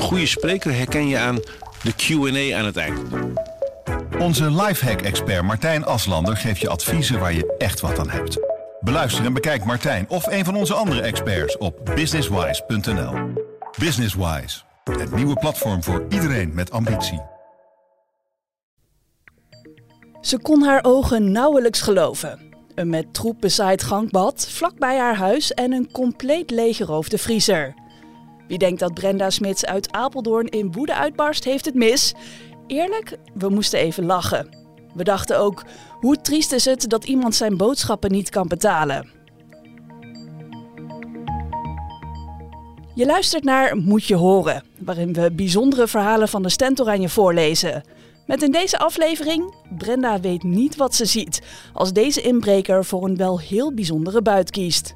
goede spreker herken je aan de Q&A aan het eind. Onze lifehack-expert Martijn Aslander geeft je adviezen waar je echt wat aan hebt. Beluister en bekijk Martijn of een van onze andere experts op businesswise.nl. Businesswise, het nieuwe platform voor iedereen met ambitie. Ze kon haar ogen nauwelijks geloven. Een met troep bezaaid gangbad, vlakbij haar huis en een compleet leeggeroofde vriezer. Wie denkt dat Brenda Smits uit Apeldoorn in woede uitbarst, heeft het mis. Eerlijk, we moesten even lachen. We dachten ook, hoe triest is het dat iemand zijn boodschappen niet kan betalen? Je luistert naar Moet je horen, waarin we bijzondere verhalen van de Stentoranje voorlezen. Met in deze aflevering, Brenda weet niet wat ze ziet, als deze inbreker voor een wel heel bijzondere buit kiest.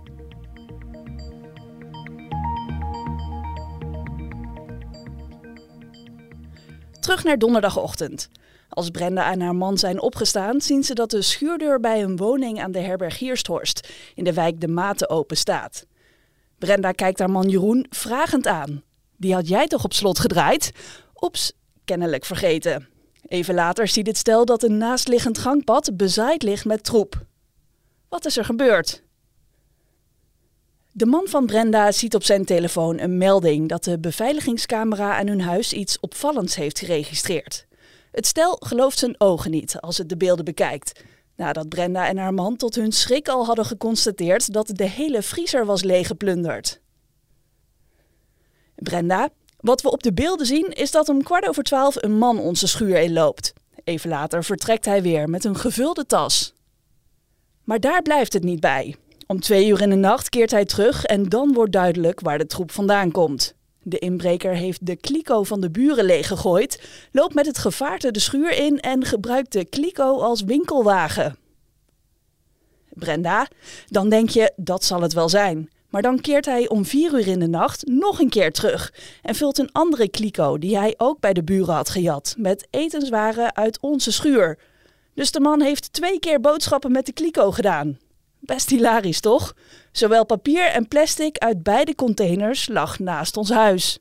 Terug naar donderdagochtend. Als Brenda en haar man zijn opgestaan, zien ze dat de schuurdeur bij een woning aan de herberg Giershorst in de wijk De Maten open staat. Brenda kijkt haar man Jeroen vragend aan. Die had jij toch op slot gedraaid? Oeps, kennelijk vergeten. Even later ziet het stel dat een naastliggend gangpad bezaaid ligt met troep. Wat is er gebeurd? De man van Brenda ziet op zijn telefoon een melding dat de beveiligingscamera aan hun huis iets opvallends heeft geregistreerd. Het stel gelooft zijn ogen niet als het de beelden bekijkt. Nadat Brenda en haar man tot hun schrik al hadden geconstateerd dat de hele vriezer was leeggeplunderd. Brenda, wat we op de beelden zien is dat om 11:15 een man onze schuur inloopt. Even later vertrekt hij weer met een gevulde tas. Maar daar blijft het niet bij. Om 2 uur in de nacht keert hij terug en dan wordt duidelijk waar de troep vandaan komt. De inbreker heeft de kliko van de buren leeggegooid, loopt met het gevaarte de schuur in en gebruikt de kliko als winkelwagen. Brenda, dan denk je dat zal het wel zijn. Maar dan keert hij om 4 uur in de nacht nog een keer terug en vult een andere kliko die hij ook bij de buren had gejat met etenswaren uit onze schuur. Dus de man heeft 2 keer boodschappen met de kliko gedaan. Best hilarisch, toch? Zowel papier en plastic uit beide containers lag naast ons huis.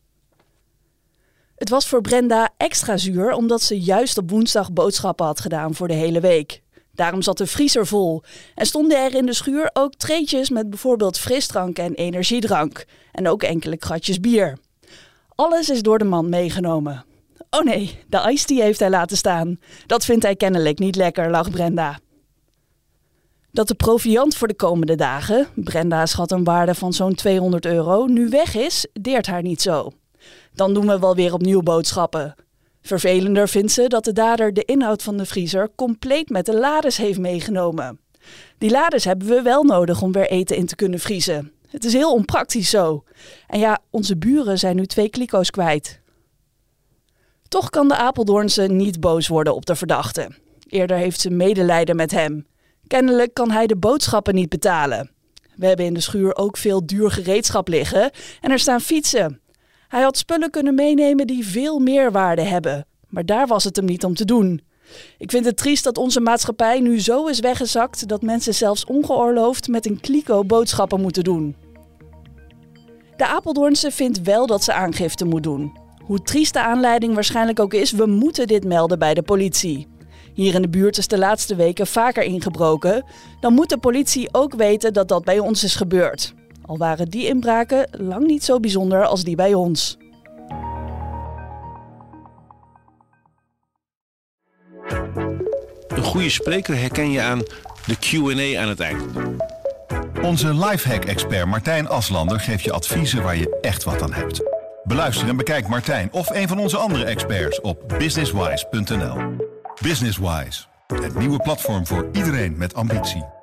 Het was voor Brenda extra zuur omdat ze juist op woensdag boodschappen had gedaan voor de hele week. Daarom zat de vriezer vol en stonden er in de schuur ook treetjes met bijvoorbeeld frisdrank en energiedrank. En ook enkele kratjes bier. Alles is door de man meegenomen. Oh nee, de iced tea heeft hij laten staan. Dat vindt hij kennelijk niet lekker, lacht Brenda. Dat de proviand voor de komende dagen, Brenda schat een waarde van zo'n €200, nu weg is, deert haar niet zo. Dan doen we wel weer opnieuw boodschappen. Vervelender vindt ze dat de dader de inhoud van de vriezer compleet met de lades heeft meegenomen. Die lades hebben we wel nodig om weer eten in te kunnen vriezen. Het is heel onpraktisch zo. En ja, onze buren zijn nu 2 kliko's kwijt. Toch kan de Apeldoornse niet boos worden op de verdachte. Eerder heeft ze medelijden met hem. Kennelijk kan hij de boodschappen niet betalen. We hebben in de schuur ook veel duur gereedschap liggen en er staan fietsen. Hij had spullen kunnen meenemen die veel meer waarde hebben, maar daar was het hem niet om te doen. Ik vind het triest dat onze maatschappij nu zo is weggezakt dat mensen zelfs ongeoorloofd met een kliko boodschappen moeten doen. De Apeldoornse vindt wel dat ze aangifte moet doen. Hoe triest de aanleiding waarschijnlijk ook is, we moeten dit melden bij de politie. Hier in de buurt is de laatste weken vaker ingebroken. Dan moet de politie ook weten dat dat bij ons is gebeurd. Al waren die inbraken lang niet zo bijzonder als die bij ons. Een goede spreker herken je aan de Q&A aan het eind. Onze lifehack-expert Martijn Aslander geeft je adviezen waar je echt wat aan hebt. Beluister en bekijk Martijn of een van onze andere experts op businesswise.nl. Businesswise, het nieuwe platform voor iedereen met ambitie.